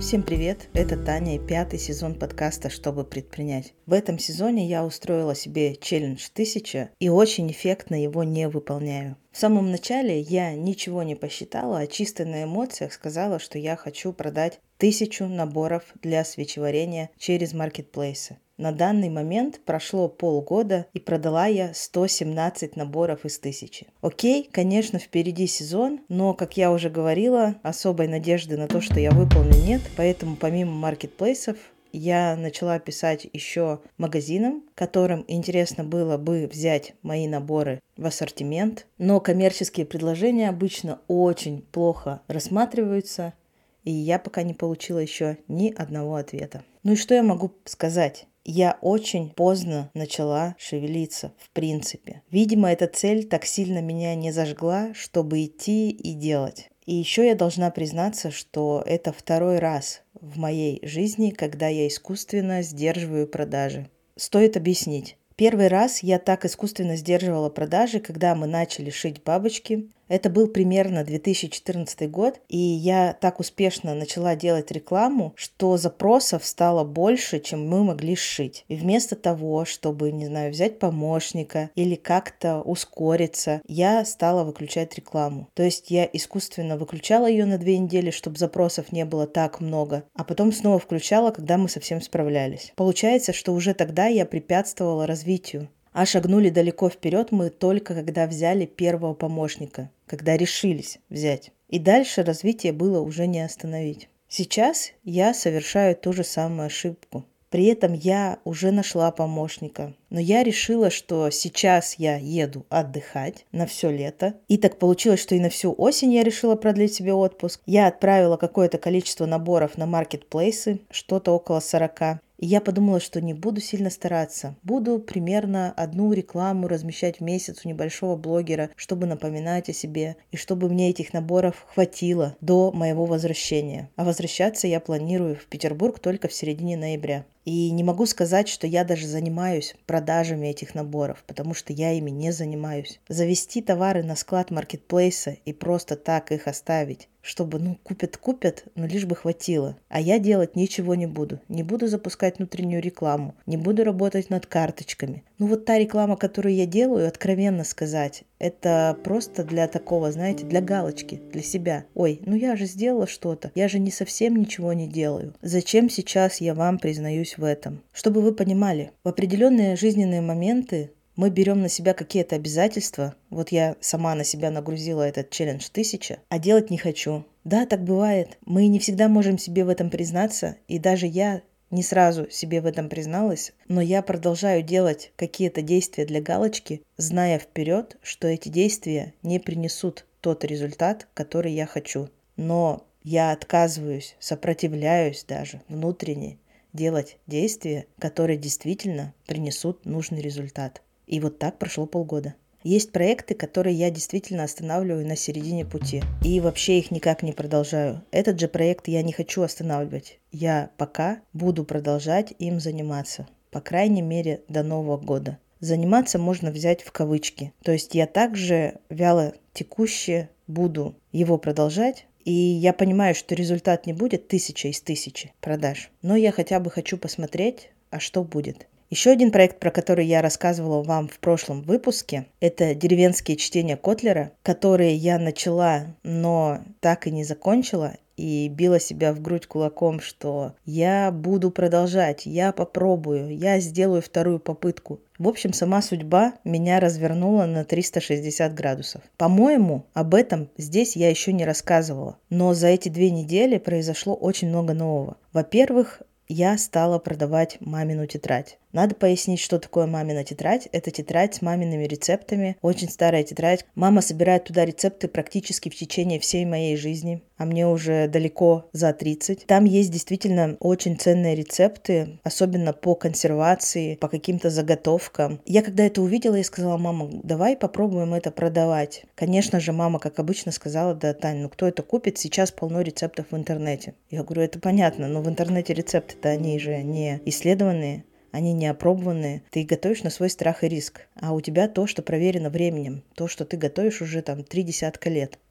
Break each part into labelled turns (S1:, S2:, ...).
S1: Всем привет, это Таня и 5-й сезон подкаста «Чтобы предпринять». В этом сезоне я устроила себе челлендж 1000 и очень эффектно его не выполняю. В самом начале я ничего не посчитала, а чисто на эмоциях сказала, что я хочу продать 1000 наборов для свечеварения через маркетплейсы. На данный момент прошло полгода и продала я 117 наборов из 1000. Окей, конечно, впереди сезон, но, как я уже говорила, особой надежды на то, что я выполню, нет. Поэтому помимо маркетплейсов я начала писать еще магазинам, которым интересно было бы взять мои наборы в ассортимент. Но коммерческие предложения обычно очень плохо рассматриваются, и я пока не получила еще ни одного ответа. Ну и что я могу сказать? Я очень поздно начала шевелиться, в принципе. Видимо, эта цель так сильно меня не зажгла, чтобы идти и делать. И еще я должна признаться, что это второй раз в моей жизни, когда я искусственно сдерживаю продажи. Стоит объяснить. Первый раз я так искусственно сдерживала продажи, когда мы начали шить бабочки. Это был примерно 2014 год, и я так успешно начала делать рекламу, что запросов стало больше, чем мы могли сшить. И вместо того, чтобы, взять помощника или как-то ускориться, я стала выключать рекламу. То есть я искусственно выключала ее на 2 недели, чтобы запросов не было так много, а потом снова включала, когда мы совсем справлялись. Получается, что уже тогда я препятствовала развитию. А шагнули далеко вперед мы только когда взяли первого помощника, когда решились взять. И дальше развитие было уже не остановить. Сейчас я совершаю ту же самую ошибку. При этом я уже нашла помощника. Но я решила, что сейчас я еду отдыхать на все лето. И так получилось, что и на всю осень я решила продлить себе отпуск. Я отправила какое-то количество наборов на маркетплейсы, что-то около 40. И я подумала, что не буду сильно стараться. Буду примерно 1 рекламу размещать в месяц у небольшого блогера, чтобы напоминать о себе, и чтобы мне этих наборов хватило до моего возвращения. А возвращаться я планирую в Петербург только в середине ноября. И не могу сказать, что я даже занимаюсь продажами этих наборов, потому что я ими не занимаюсь. Завести товары на склад маркетплейса и просто так их оставить, чтобы, купят, но лишь бы хватило. А я делать ничего не буду. Не буду запускать внутреннюю рекламу, не буду работать над карточками. Вот та реклама, которую я делаю, откровенно сказать, это просто для такого, для галочки, для себя. Ой, я же сделала что-то, я же не совсем ничего не делаю. Зачем сейчас я вам признаюсь в этом? Чтобы вы понимали, в определенные жизненные моменты мы берем на себя какие-то обязательства. Вот я сама на себя нагрузила этот челлендж 1000, а делать не хочу. Да, так бывает. Мы не всегда можем себе в этом признаться, и даже я не сразу себе в этом призналась, но я продолжаю делать какие-то действия для галочки, зная вперед, что эти действия не принесут тот результат, который я хочу. Но я отказываюсь, сопротивляюсь даже внутренне делать действия, которые действительно принесут нужный результат. И вот так прошло полгода. Есть проекты, которые я действительно останавливаю на середине пути. И вообще их никак не продолжаю. Этот же проект я не хочу останавливать. Я пока буду продолжать им заниматься. По крайней мере, до Нового года. Заниматься можно взять в кавычки. То есть я также вяло текуще буду его продолжать. И я понимаю, что результат не будет 1000 из 1000 продаж. Но я хотя бы хочу посмотреть, а что будет. Еще один проект, про который я рассказывала вам в прошлом выпуске, это деревенские чтения Котлера, которые я начала, но так и не закончила, и била себя в грудь кулаком, что я буду продолжать, я попробую, я сделаю 2-ю попытку. В общем, сама судьба меня развернула на 360 градусов. По-моему, об этом здесь я еще не рассказывала, но за эти 2 недели произошло очень много нового. Во-первых, я стала продавать мамину тетрадь. Надо пояснить, что такое мамина тетрадь. Это тетрадь с мамиными рецептами. Очень старая тетрадь. Мама собирает туда рецепты практически в течение всей моей жизни. А мне уже далеко за 30. Там есть действительно очень ценные рецепты, особенно по консервации, по каким-то заготовкам. Я когда это увидела, я сказала: мама, давай попробуем это продавать. Конечно же, мама, как обычно, сказала: да, Тань, кто это купит? Сейчас полно рецептов в интернете. Я говорю, это понятно, но в интернете рецепты-то они же не исследованные. Они не опробованные. Ты их готовишь на свой страх и риск. А у тебя то, что проверено временем. То, что ты готовишь уже 3 десятка лет.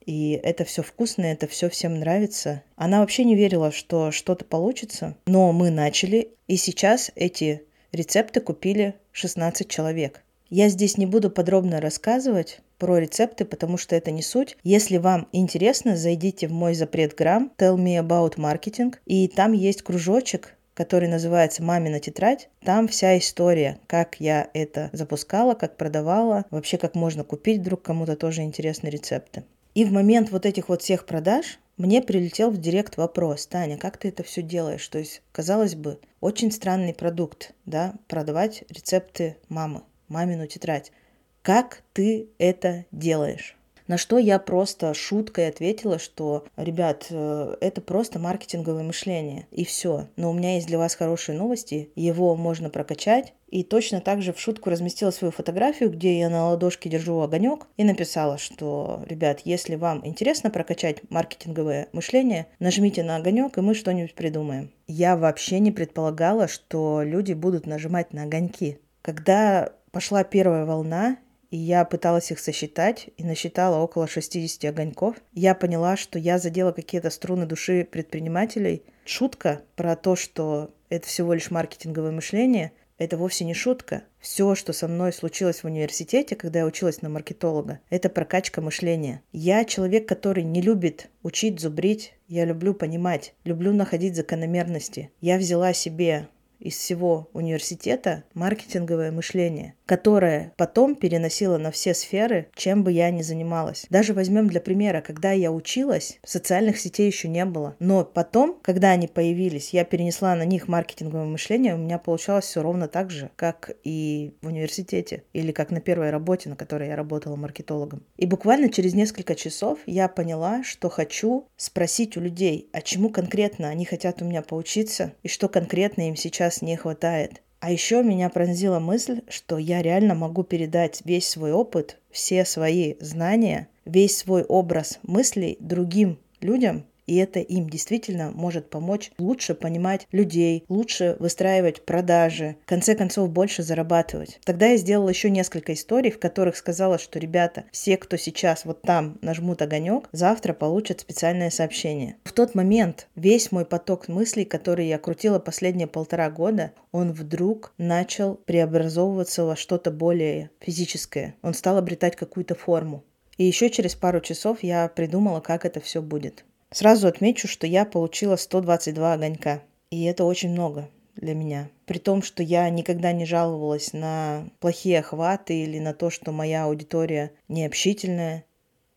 S1: и это все вкусно, это все всем нравится. Она вообще не верила, что что-то получится, но мы начали, и сейчас эти рецепты купили 16 человек. Я здесь не буду подробно рассказывать про рецепты, потому что это не суть. Если вам интересно, зайдите в мой запрет-грамм Tell Me About Marketing, и там есть кружочек, который называется «Мамина тетрадь». Там вся история, как я это запускала, как продавала, вообще как можно купить, вдруг кому-то тоже интересны рецепты. И в момент вот этих вот всех продаж мне прилетел в директ вопрос: Таня, как ты это все делаешь? То есть, казалось бы, очень странный продукт, да, продавать рецепты мамы, мамину тетрадь. Как ты это делаешь? На что я просто шуткой ответила, что, ребят, это просто маркетинговое мышление, и все. Но у меня есть для вас хорошие новости, его можно прокачать. И точно так же в шутку разместила свою фотографию, где я на ладошке держу огонек, и написала, что, ребят, если вам интересно прокачать маркетинговое мышление, нажмите на огонек, и мы что-нибудь придумаем. Я вообще не предполагала, что люди будут нажимать на огоньки. Когда пошла первая волна, и я пыталась их сосчитать, и насчитала около 60 огоньков, я поняла, что я задела какие-то струны души предпринимателей. Шутка про то, что это всего лишь маркетинговое мышление, это вовсе не шутка. Все, что со мной случилось в университете, когда я училась на маркетолога, это прокачка мышления. Я человек, который не любит учить, зубрить. Я люблю понимать, люблю находить закономерности. Я взяла себе из всего университета маркетинговое мышление, которое потом переносила на все сферы, чем бы я ни занималась. Даже возьмем для примера, когда я училась, социальных сетей еще не было. Но потом, когда они появились, я перенесла на них маркетинговое мышление, у меня получалось все ровно так же, как и в университете, или как на первой работе, на которой я работала маркетологом. И буквально через несколько часов я поняла, что хочу спросить у людей, а чему конкретно они хотят у меня поучиться, и что конкретно им сейчас не хватает. А еще меня пронзила мысль, что я реально могу передать весь свой опыт, все свои знания, весь свой образ мыслей другим людям, и это им действительно может помочь лучше понимать людей, лучше выстраивать продажи, в конце концов больше зарабатывать. Тогда я сделала еще несколько историй, в которых сказала, что, ребята, все, кто сейчас вот там нажмут огонек, завтра получат специальное сообщение. В тот момент весь мой поток мыслей, который я крутила последние 1,5 года, он вдруг начал преобразовываться во что-то более физическое. Он стал обретать какую-то форму. И еще через пару часов я придумала, как это все будет. Сразу отмечу, что я получила 122 огонька, и это очень много для меня. При том, что я никогда не жаловалась на плохие охваты или на то, что моя аудитория необщительная,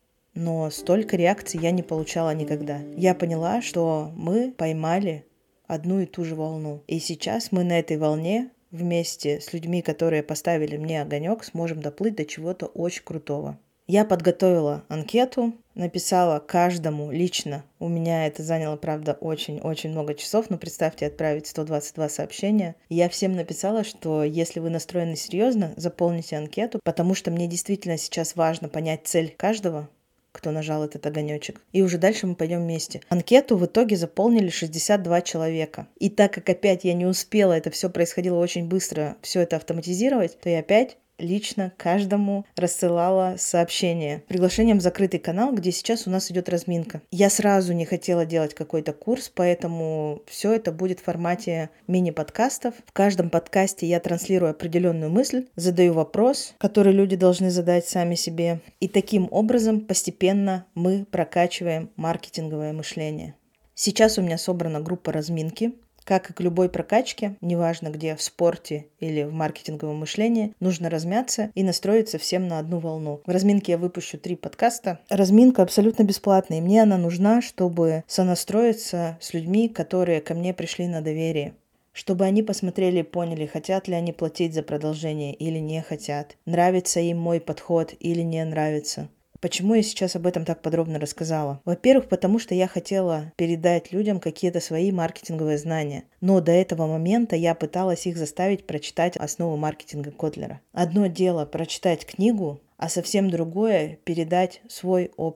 S1: но столько реакций я не получала никогда. Я поняла, что мы поймали одну и ту же волну, и сейчас мы на этой волне вместе с людьми, которые поставили мне огонек, сможем доплыть до чего-то очень крутого. Я подготовила анкету, написала каждому лично. У меня это заняло, правда, очень-очень много часов, но представьте, отправить 122 сообщения. Я всем написала, что если вы настроены серьезно, заполните анкету, потому что мне действительно сейчас важно понять цель каждого, кто нажал этот огонечек. И уже дальше мы пойдем вместе. Анкету в итоге заполнили 62 человека. И так как опять я не успела, это все происходило очень быстро, все это автоматизировать, то я опять лично каждому рассылала сообщение с приглашением в закрытый канал, где сейчас у нас идет разминка. Я сразу не хотела делать какой-то курс, поэтому все это будет в формате мини-подкастов. В каждом подкасте я транслирую определенную мысль, задаю вопрос, который люди должны задать сами себе. И таким образом постепенно мы прокачиваем маркетинговое мышление. Сейчас у меня собрана группа разминки. Как и к любой прокачке, неважно где, в спорте или в маркетинговом мышлении, нужно размяться и настроиться всем на одну волну. В разминке я выпущу 3 подкаста. Разминка абсолютно бесплатная, и мне она нужна, чтобы сонастроиться с людьми, которые ко мне пришли на доверие. Чтобы они посмотрели и поняли, хотят ли они платить за продолжение или не хотят, нравится им мой подход или не нравится. Почему я сейчас об этом так подробно рассказала? Во-первых, потому что я хотела передать людям какие-то свои маркетинговые знания. Но до этого момента я пыталась их заставить прочитать основы маркетинга Котлера. Одно дело прочитать книгу, а совсем другое передать свой опыт.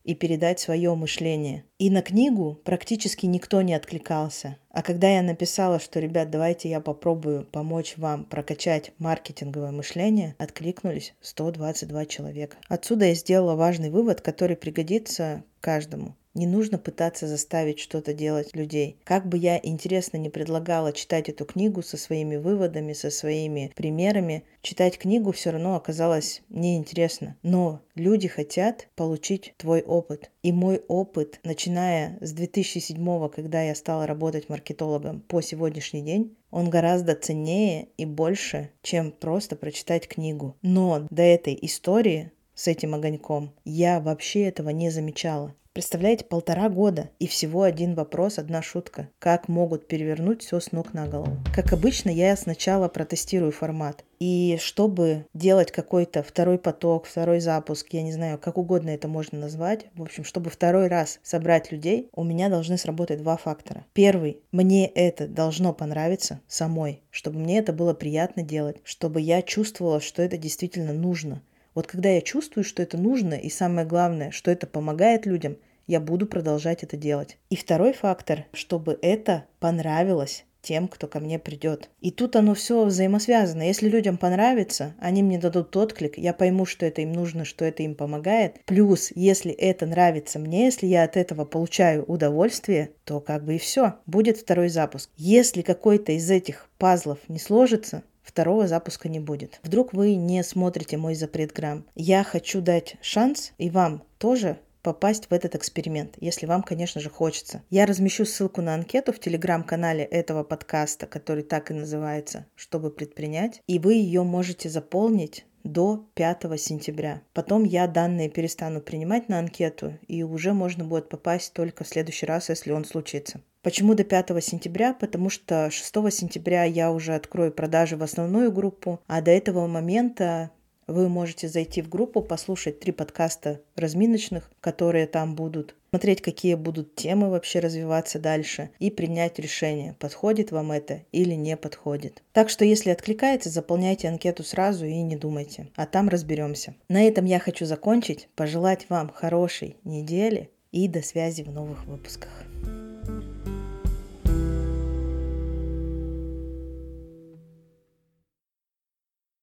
S1: и передать свое мышление. И на книгу практически никто не откликался. А когда я написала, что, ребят, давайте я попробую помочь вам прокачать маркетинговое мышление, откликнулись 122 человека. Отсюда я сделала важный вывод, который пригодится каждому. Не нужно пытаться заставить что-то делать людей. Как бы я интересно не предлагала читать эту книгу со своими выводами, со своими примерами, читать книгу все равно оказалось неинтересно. Но люди хотят получить твой опыт. И мой опыт, начиная с 2007, когда я стала работать маркетологом, по сегодняшний день, он гораздо ценнее и больше, чем просто прочитать книгу. Но до этой истории с этим огоньком я вообще этого не замечала. Представляете, 1,5 года и всего один вопрос, одна шутка. Как могут перевернуть все с ног на голову? Как обычно, я сначала протестирую формат. И чтобы делать какой-то второй поток, второй запуск, я не знаю, как угодно это можно назвать, в общем, чтобы второй раз собрать людей, у меня должны сработать 2 фактора. Первый, мне это должно понравиться самой, чтобы мне это было приятно делать, чтобы я чувствовала, что это действительно нужно. Вот когда я чувствую, что это нужно, и самое главное, что это помогает людям, я буду продолжать это делать. И второй фактор, чтобы это понравилось тем, кто ко мне придет. И тут оно все взаимосвязано. Если людям понравится, они мне дадут отклик, я пойму, что это им нужно, что это им помогает. Плюс, если это нравится мне, если я от этого получаю удовольствие, то как бы и все. Будет второй запуск. Если какой-то из этих пазлов не сложится, второго запуска не будет. Вдруг вы не смотрите мой запретграмм. Я хочу дать шанс и вам тоже попасть в этот эксперимент, если вам, конечно же, хочется. Я размещу ссылку на анкету в телеграм-канале этого подкаста, который так и называется «Чтобы предпринять», и вы ее можете заполнить до 5 сентября. Потом я данные перестану принимать на анкету, и уже можно будет попасть только в следующий раз, если он случится. Почему до 5 сентября? Потому что 6 сентября я уже открою продажи в основную группу, а до этого момента вы можете зайти в группу, послушать 3 подкаста разминочных, которые там будут, смотреть, какие будут темы вообще развиваться дальше, и принять решение, подходит вам это или не подходит. Так что, если откликается, заполняйте анкету сразу и не думайте, а там разберемся. На этом я хочу закончить, пожелать вам хорошей недели и до связи в новых выпусках.